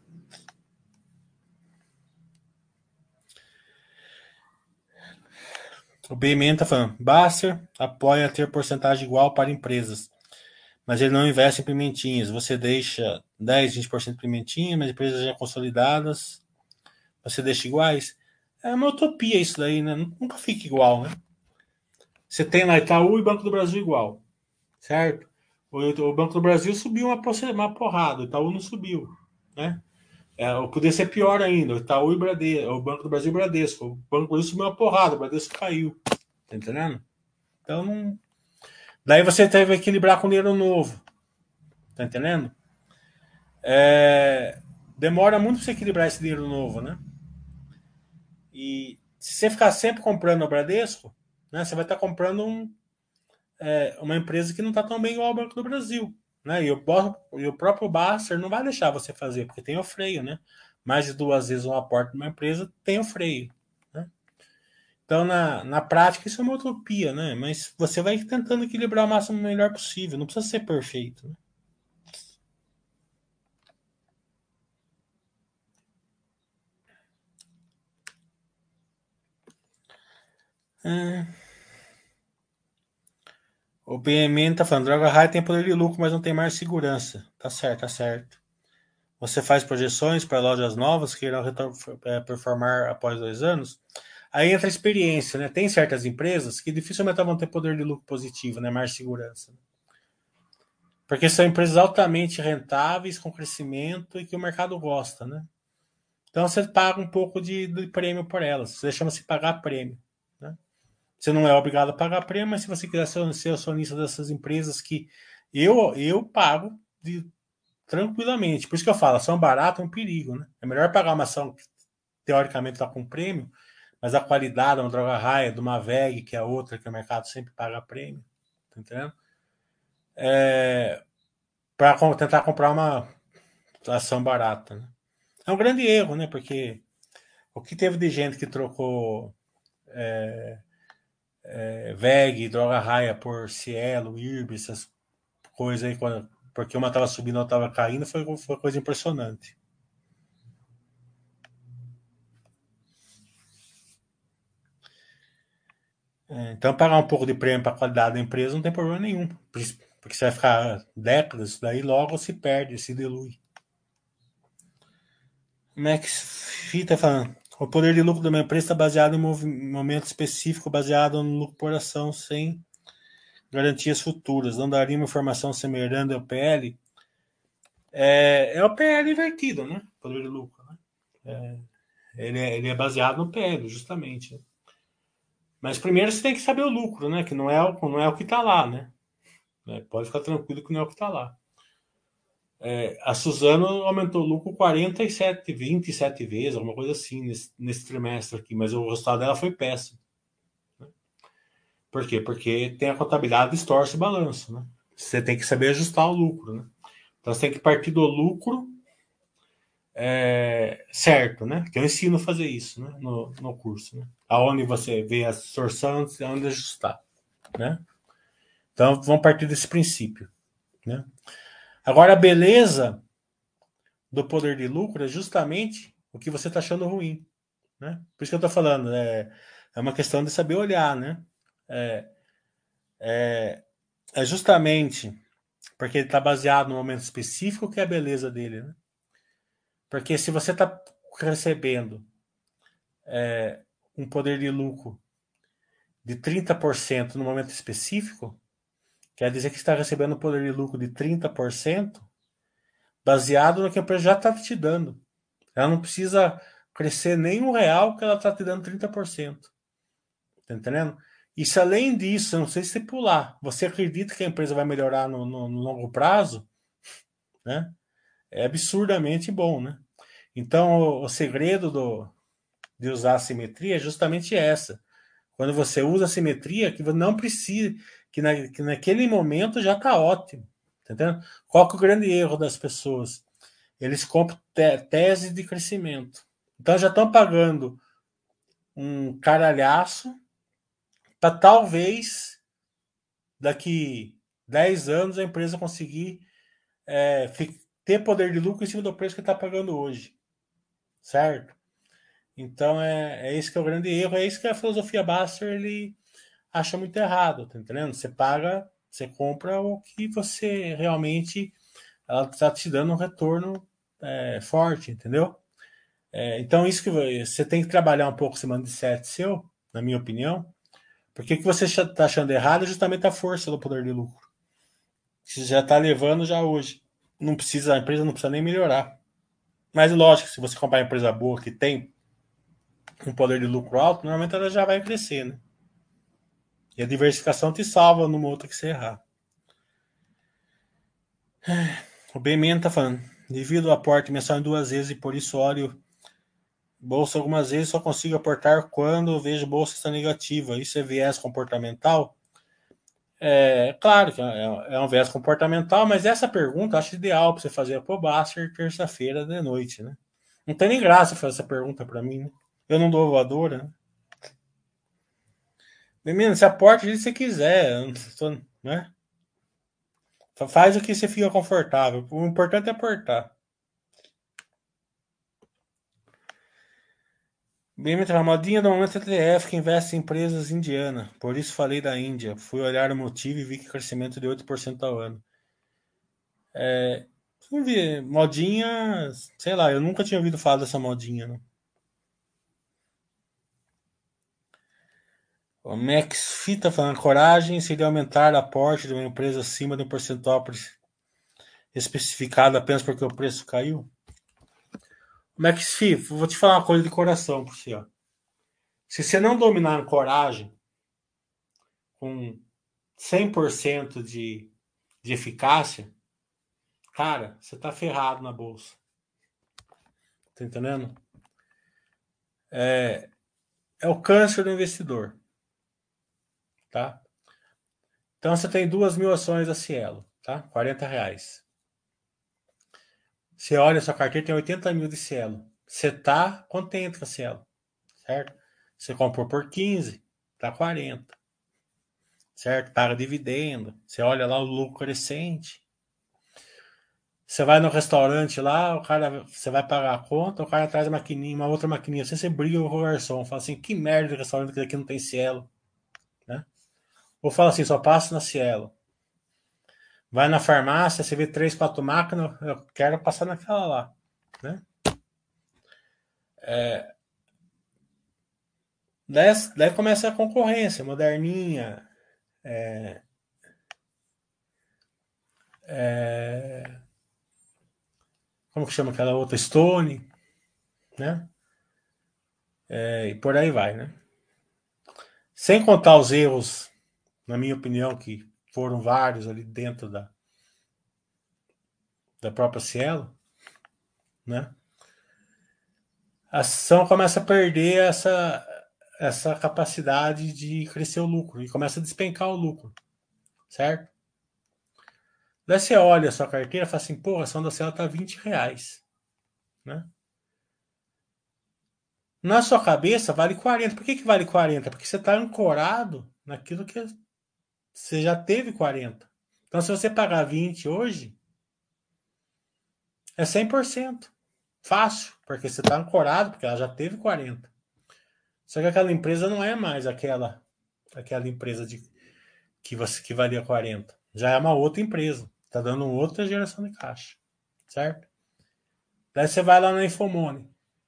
O BMN está falando, Basser apoia ter porcentagem igual para empresas, mas ele não investe em pimentinhas. Você deixa 10, 20% de pimentinha, mas empresas já consolidadas, você deixa iguais. É uma utopia isso daí, né? Nunca fica igual, né? Você tem lá Itaú e Banco do Brasil igual, certo? O Banco do Brasil subiu uma porrada, o Itaú não subiu, né? Poderia ser pior ainda, o Itaú e Bradesco, o Banco do Brasil e Bradesco. O Banco do Brasil subiu uma porrada, o Bradesco caiu, tá entendendo? Então, não... Daí você teve que equilibrar com dinheiro novo, tá entendendo? Demora muito para você equilibrar esse dinheiro novo, né? E se você ficar sempre comprando o Bradesco, né, você vai estar comprando uma empresa que não está tão bem igual ao Banco do Brasil. Né? E o próprio Baster não vai deixar você fazer, porque tem o freio. Né? Mais de 2 vezes um aporte de uma empresa tem o freio. Né? Então, na prática, isso é uma utopia, né? Mas você vai tentando equilibrar o máximo melhor possível. Não precisa ser perfeito. Né? É, o BMN tá falando, droga raia tem poder de lucro, mas não tem mais segurança. Tá certo, tá certo. Você faz projeções para lojas novas que irão performar após 2 anos? Aí entra a experiência, né? Tem certas empresas que dificilmente vão ter poder de lucro positivo, né? Mais segurança. Porque são empresas altamente rentáveis, com crescimento e que o mercado gosta, né? Então você paga um pouco de prêmio por elas. Você chama-se pagar prêmio. Né? Você não é obrigado a pagar prêmio, mas se você quiser ser acionista dessas empresas que eu pago tranquilamente. Por isso que eu falo, ação barata é um perigo, né? É melhor pagar uma ação que teoricamente está com prêmio, mas a qualidade é uma droga raia, de uma VEG, que é outra que o mercado sempre paga prêmio, tá entendendo? Para tentar comprar uma ação barata. Né? É um grande erro, né? Porque o que teve de gente que trocou VEG, droga raia por Cielo, IRB, essas coisas aí, porque uma estava subindo, outra estava caindo, foi coisa impressionante. Então, pagar um pouco de prêmio para a qualidade da empresa não tem problema nenhum, porque você vai ficar décadas, daí logo se perde, se dilui. Max Fita falando, o poder de lucro de uma empresa está baseado em momento específico, baseado no lucro por ação, sem garantias futuras. Não daria uma informação semelhante ao PL? É o PL invertido, né? Poder de lucro. Né? Ele é baseado no PL, justamente. Né? Mas primeiro você tem que saber o lucro, né? Que não é o que está lá, né? Pode ficar tranquilo que não é o que está lá. A Suzano aumentou o lucro 47, 27 vezes, alguma coisa assim, nesse trimestre aqui, mas o resultado dela foi péssimo. Por quê? Porque tem a contabilidade distorce o balanço, né? Você tem que saber ajustar o lucro, né? Então você tem que partir do lucro certo, né? Que eu ensino a fazer isso, né? No curso, né? Aonde você vê as distorções e aonde ajustar, né? Então vamos partir desse princípio, né? Agora a beleza do poder de lucro é justamente o que você está achando ruim, né? Por isso que eu estou falando, é uma questão de saber olhar, né? É justamente porque ele está baseado no momento específico que é a beleza dele, né? Porque se você está recebendo um poder de lucro de 30% no momento específico, quer dizer que está recebendo um poder de lucro de 30% baseado no que a empresa já está te dando. Ela não precisa crescer nem R$ 1 que ela está te dando 30%. Tá entendendo? E se além disso, eu não sei se você pular, você acredita que a empresa vai melhorar no longo prazo, né? É absurdamente bom, né? Então, o segredo de usar a simetria é justamente essa. Quando você usa a simetria, que você não precisa, que naquele momento já está ótimo. Tá entendendo? Qual que é o grande erro das pessoas? Eles compram tese de crescimento. Então já estão pagando um caralhaço para talvez daqui 10 anos a empresa conseguir ter poder de lucro em cima do preço que está pagando hoje. Certo? Então é esse que é o grande erro, é isso que a filosofia Baster ele acha muito errado, tá entendendo? Você paga, você compra o que você realmente ela está te dando um retorno forte, entendeu? Então isso que você tem que trabalhar um pouco esse mindset seu, na minha opinião. Porque o que você está achando errado é justamente a força do poder de lucro. Você já está levando já hoje. Não precisa, a empresa não precisa nem melhorar. Mas lógico, se você comprar uma empresa boa que tem um poder de lucro alto, normalmente ela já vai crescer, né? E a diversificação te salva numa outra que você errar. O BMN tá falando, devido ao aporte mensal em 2 vezes e por isso olho bolsa algumas vezes, só consigo aportar quando vejo bolsa está negativa. Isso é viés comportamental? Claro que é um viés comportamental, mas essa pergunta eu acho ideal para você fazer pro Baster terça-feira de noite, né? Não tem nem graça fazer essa pergunta para mim, né? Eu não dou voadora, né? Menino, você aporta o que você quiser, né? Faz o que você fica confortável. O importante é aportar. BM a modinha do momento é ETF que investe em empresas indianas. Por isso falei da Índia. Fui olhar o motivo e vi que crescimento de 8% ao ano. Vamos ver, modinha, sei lá, eu nunca tinha ouvido falar dessa modinha, né? O Max Fita falando, coragem seria aumentar aporte de uma empresa acima de um percentual especificado apenas porque o preço caiu? Max Fita, vou te falar uma coisa de coração para você, ó. Se você não dominar a coragem com 100% de eficácia, cara, você tá ferrado na bolsa. Tá entendendo? É o câncer do investidor, tá? Então você tem 2.000 ações da Cielo, tá? R$ 40. Você olha a sua carteira, tem 80 mil de Cielo. Você tá contente com a Cielo, certo? Você comprou por 15, tá 40, certo? Paga dividendo. Você olha lá o lucro crescente. Você vai no restaurante lá, o cara, você vai pagar a conta, o cara traz a maquininha, uma outra maquininha. Você briga com o garçom, fala assim, que merda de restaurante que aqui não tem Cielo, né? Ou fala assim, só passa na Cielo. Vai na farmácia, você vê 3, 4 máquinas, eu quero passar naquela lá, né? Daí começa a concorrência, moderninha, como que chama aquela outra? Stone, né? E por aí vai, né? Sem contar os erros, na minha opinião, que foram vários ali dentro da própria Cielo, né? A ação começa a perder essa capacidade de crescer o lucro e começa a despencar o lucro, certo? Daí você olha a sua carteira e fala assim, pô, a ação da Cielo tá R$ 20, né? Na sua cabeça vale 40. Por que vale 40? Porque você está ancorado naquilo que você já teve 40. Então, se você pagar 20 hoje, é 100%. Fácil, porque você está ancorado, porque ela já teve 40. Só que aquela empresa não é mais aquela empresa que valia 40. Já é uma outra empresa. Está dando outra geração de caixa. Certo? Daí você vai lá na Infomone.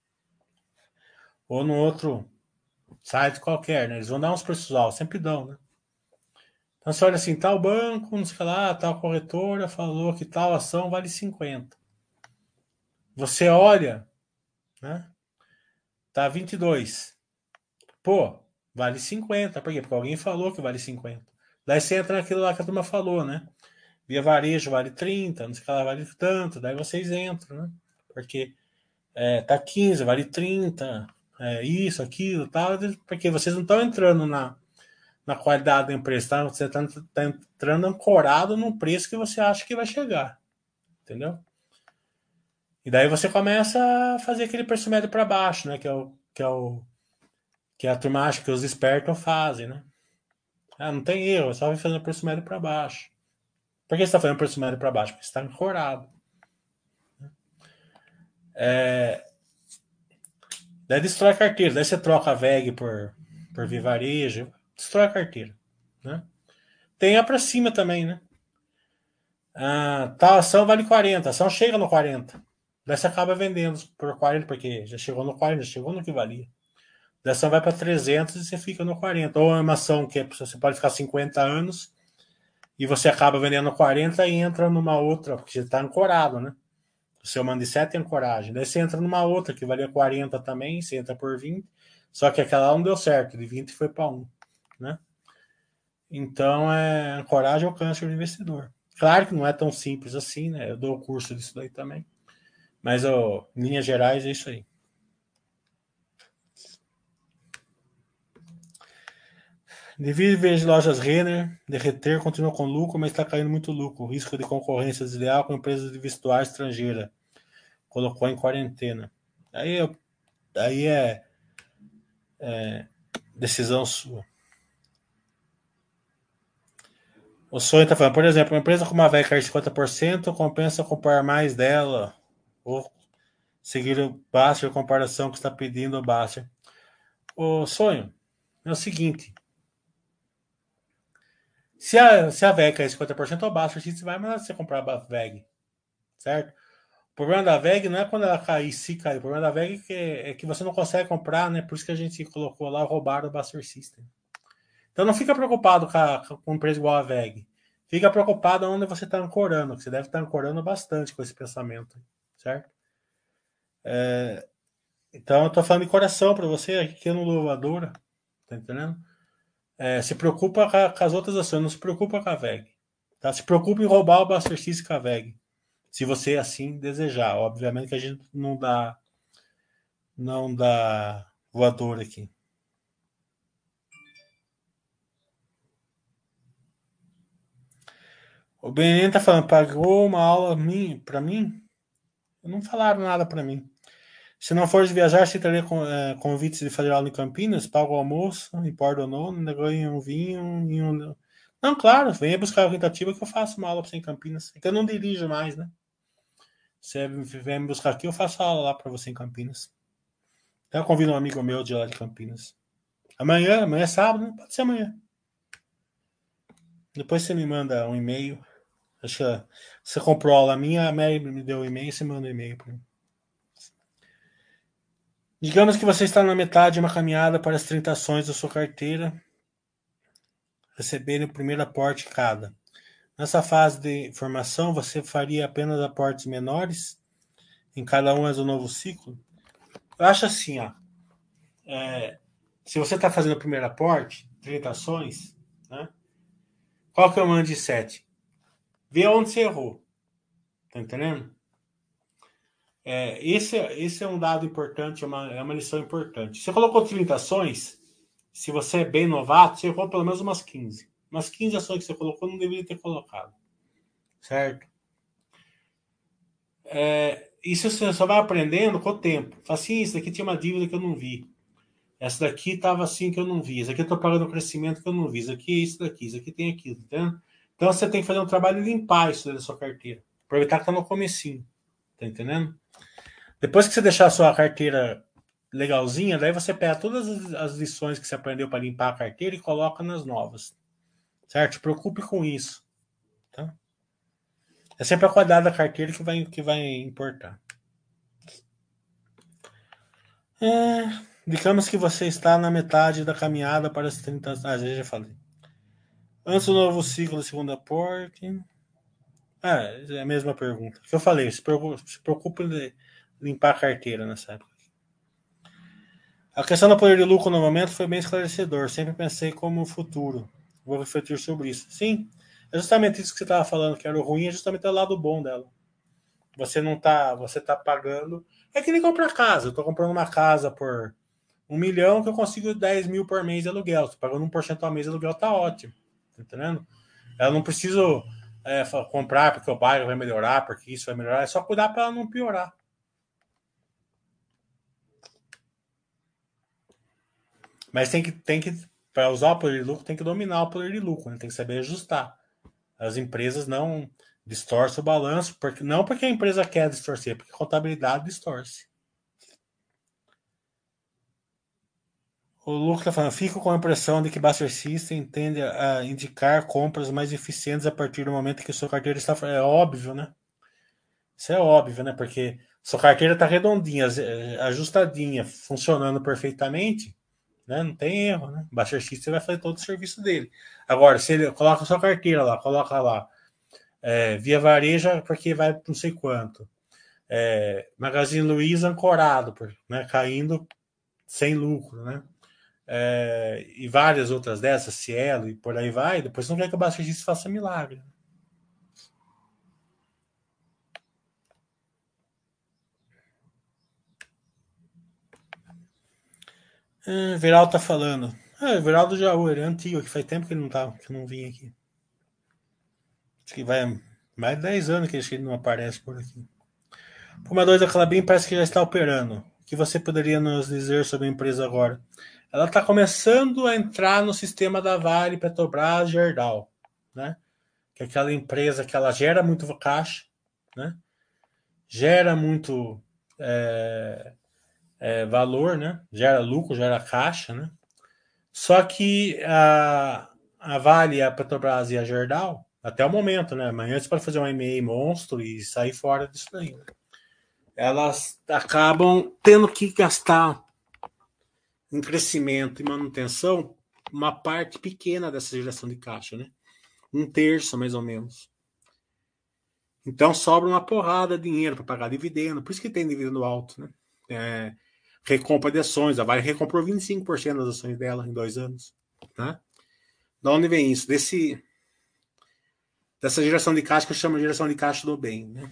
Ou no outro site qualquer, né? Eles vão dar uns preços altos. Sempre dão, né? Então você olha assim, tal banco, não sei o que lá, tal corretora falou que tal ação vale 50. Você olha, né? Tá 22. Pô, vale 50. Por quê? Porque alguém falou que vale 50. Daí você entra naquilo lá que a turma falou, né? Via varejo vale 30, não sei o que lá vale tanto. Daí vocês entram, né? Porque tá 15, vale 30. isso, aquilo, tal, porque vocês não estão entrando na qualidade da empresa, tá? Você tá entrando ancorado num preço que você acha que vai chegar, entendeu? E daí você começa a fazer aquele preço médio para baixo, né? Que a turma acha que os espertos fazem, né? Ah, não tem erro, é só vai fazendo preço médio para baixo. Por que você está fazendo preço médio para baixo? Porque você está ancorado. Daí destrói a carteira. Daí você troca a VEG por Vivarejo, destrói a carteira, né? Tem a para cima também, né? Ah, tal ação vale 40, a ação chega no 40. Daí você acaba vendendo por 40, porque já chegou no 40, já chegou no que valia. Daí a ação vai para 300 e você fica no 40. Ou é uma ação que você pode ficar 50 anos e você acaba vendendo 40 e entra numa outra, porque você está ancorado, né? O seu mando de 7 tem ancoragem. Daí você entra numa outra que valia 40 também, você entra por 20. Só que aquela não deu certo, de 20 foi para 1, né? Então, ancoragem é o câncer do investidor. Claro que não é tão simples assim, né? Eu dou o curso disso daí também. Mas, ó, em linhas gerais, é isso aí. Devido ver lojas Renner derreter, continua com lucro, mas está caindo muito lucro. Risco de concorrência desleal com empresas de vestuário estrangeira. Colocou em quarentena. Aí, aí é decisão sua. O sonho está falando, por exemplo, uma empresa com uma VEC cair 50% compensa comprar mais dela ou seguir o Baster, a comparação que está pedindo o Baster. O sonho é o seguinte: se a VEG cair 50%, o Baster você vai mandar você comprar a VEG, certo? O problema da VEG não é quando ela cair, se cair. O problema da VEG é que você não consegue comprar, né? Por isso que a gente colocou lá, roubaram o Buster System. Então não fica preocupado com um preço igual a VEG. Fica preocupado onde você está ancorando, que você deve estar ancorando bastante com esse pensamento, certo? Então eu tô falando de coração para você, aqui no Louvadora, tá entendendo? Se preocupa com as outras ações, não se preocupa com a VEG. Tá? Se preocupa em roubar o Buster System com a VEG. Se você assim desejar. Obviamente que a gente não dá voador aqui. O Benin tá falando, pagou uma aula para mim? Não falaram nada para mim. Se não fores viajar, se teria convites de fazer aula em Campinas, pago o almoço, importa ou não, ainda ganho um vinho e um. Não, claro, venha buscar a orientativa que eu faço uma aula para você em Campinas. É que eu não dirijo mais, né? Você vem me buscar aqui, eu faço aula lá para você em Campinas. Então eu convido um amigo meu de lá de Campinas. Amanhã é sábado, né? Pode ser amanhã. Depois você me manda um e-mail. Acho que você comprou aula minha, a Mary me deu um e-mail, você manda um e-mail para mim. Digamos que você está na metade de uma caminhada para as 30 ações da sua carteira receberem o primeiro aporte cada. Nessa fase de formação, você faria apenas aportes menores em cada um do novo ciclo? Eu acho assim, ó. Se você está fazendo o primeiro aporte, 30 ações, né? Qual que é o mando de 7? Vê onde você errou. Tá entendendo? Esse é um dado importante, é uma lição importante. Você colocou 30 ações, se você é bem novato, você errou pelo menos umas 15. Umas 15 ações que você colocou, não deveria ter colocado. Certo? Isso você só vai aprendendo com o tempo. Fala assim, isso daqui tinha uma dívida que eu não vi. Essa daqui estava assim que eu não vi. Isso aqui eu estou pagando um crescimento que eu não vi. Isso aqui é isso aqui tem aquilo. Entendeu? Então você tem que fazer um trabalho de limpar isso da sua carteira. Aproveitar que está no comecinho. Tá entendendo? Depois que você deixar a sua carteira legalzinha, daí você pega todas as lições que você aprendeu para limpar a carteira e coloca nas novas. Certo? Se preocupe com isso. Tá? É sempre a qualidade da carteira que vai importar. Digamos que você está na metade da caminhada para as 30. Já falei. Antes do novo ciclo, segundo aporte. É a mesma pergunta. O que eu falei, se preocupe em limpar a carteira nessa época. A questão do poder de lucro no momento foi bem esclarecedor. Sempre pensei como o futuro. Vou refletir sobre isso. Sim, é justamente isso que você estava falando, que era o ruim, é justamente o lado bom dela. Você não tá, você tá pagando. É que nem comprar casa. Eu tô comprando uma casa por 1 milhão que eu consigo 10 mil por mês de aluguel. Tô pagando 1% ao mês de aluguel, tá ótimo. Tá entendendo? Eu não preciso comprar porque o bairro vai melhorar, porque isso vai melhorar. É só cuidar para ela não piorar. Mas tem que para usar o poder de lucro, tem que dominar o poder de lucro, né? Tem que saber ajustar. As empresas não distorcem o balanço, não porque a empresa quer distorcer, porque a contabilidade distorce. O Lucas está falando, fico com a impressão de que Buster System tende a indicar compras mais eficientes a partir do momento que sua carteira está. É óbvio, né? Isso é óbvio, né? Porque sua carteira está redondinha, ajustadinha, funcionando perfeitamente, né? Não tem erro, né? O Buster System vai fazer todo o serviço dele. Agora, se ele coloca a sua carteira lá, coloca lá, via varejo porque vai não sei quanto. Magazine Luiza ancorado, né? Caindo sem lucro, né? E várias outras dessas, Cielo e por aí vai, depois não quer que o baixista faça milagre. Veraldo tá falando. Veraldo Jaú, ele é antigo, que faz tempo que ele não tá, que não vinha aqui. Acho que vai mais de 10 anos que ele não aparece por aqui. Puma 2 da Clabin parece que já está operando. O que você poderia nos dizer sobre a empresa agora? Ela está começando a entrar no sistema da Vale, Petrobras, Gerdau, né? Que é aquela empresa que ela gera muito caixa, né? Gera muito valor, né? Gera lucro, gera caixa, né? Só que a Vale, a Petrobras e a Gerdau, até o momento, né? Amanhã você pode fazer um M&A monstro e sair fora disso daí. Né? Elas acabam tendo que gastar em crescimento e manutenção uma parte pequena dessa geração de caixa, né? 1/3, mais ou menos. Então sobra uma porrada de dinheiro para pagar dividendo, por isso que tem dividendo alto, né? Recompra de ações, a Vale recomprou 25% das ações dela em 2 anos. Né? Da onde vem isso? Dessa geração de caixa que eu chamo de geração de caixa do bem. Né?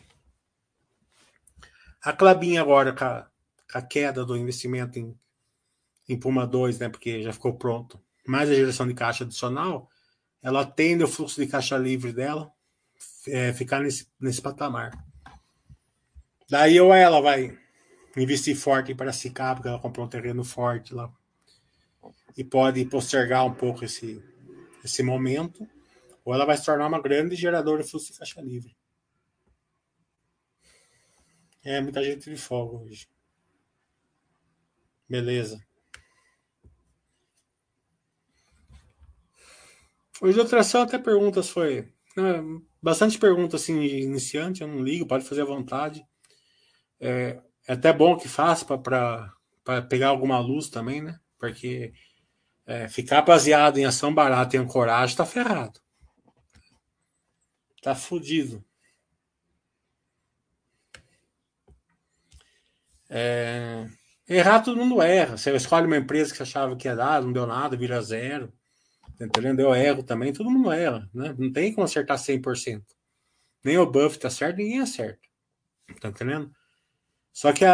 A Clabin agora, com a queda do investimento em Puma 2, né, porque já ficou pronto, mais a geração de caixa adicional, ela tende o fluxo de caixa livre dela ficar nesse patamar. Daí ou ela vai investir forte em Piracicaba, porque ela comprou um terreno forte lá, e pode postergar um pouco esse momento, ou ela vai se tornar uma grande geradora de fluxo de caixa livre. Muita gente de folga hoje. Beleza. Hoje a tração até perguntas foi. Bastante perguntas assim de iniciante, eu não ligo, pode fazer à vontade. É até bom que faça para pegar alguma luz também, né? Porque ficar baseado em ação barata e ancoragem tá ferrado. Tá fudido. Errar todo mundo erra. Você escolhe uma empresa que você achava que ia dar, não deu nada, vira zero. Tá entendendo? Eu erro também, todo mundo erra. Né? Não tem como acertar 100%. Nem o Buff tá certo, ninguém acerta. Tá entendendo? Só que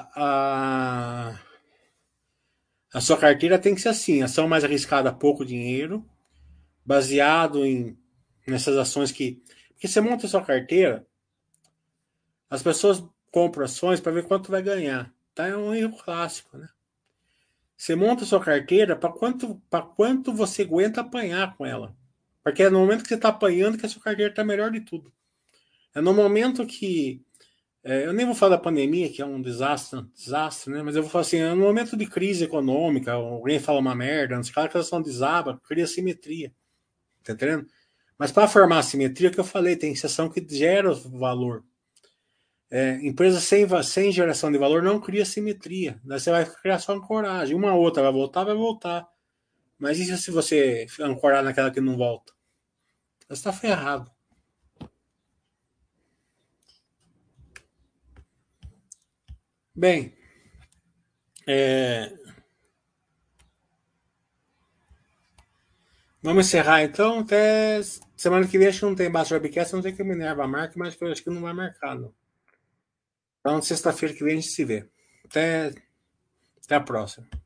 a sua carteira tem que ser assim: ação mais arriscada, pouco dinheiro, baseado nessas ações que. Porque você monta a sua carteira, as pessoas compram ações para ver quanto vai ganhar. Tá? É um erro clássico, né? Você monta a sua carteira para quanto você aguenta apanhar com ela. Porque é no momento que você está apanhando que a sua carteira está melhor de tudo. É no momento que. Eu nem vou falar da pandemia, que é um desastre, né? Mas eu vou falar assim: é no momento de crise econômica, alguém fala uma merda, não sei o que, a ação desaba, cria simetria. Tá entendendo? Mas para formar a simetria, que eu falei, tem exceção que gera valor. Empresa sem geração de valor não cria simetria. Daí você vai criar só ancoragem. Uma outra vai voltar, vai voltar. Mas e se você ancorar naquela que não volta? Você está ferrado. Bem, vamos encerrar então. Até semana que vem acho que não tem Basta Webcast, não tem que Minerva marca, mas eu acho que não vai marcar, não. Então, sexta-feira que vem a gente se vê. Até a próxima.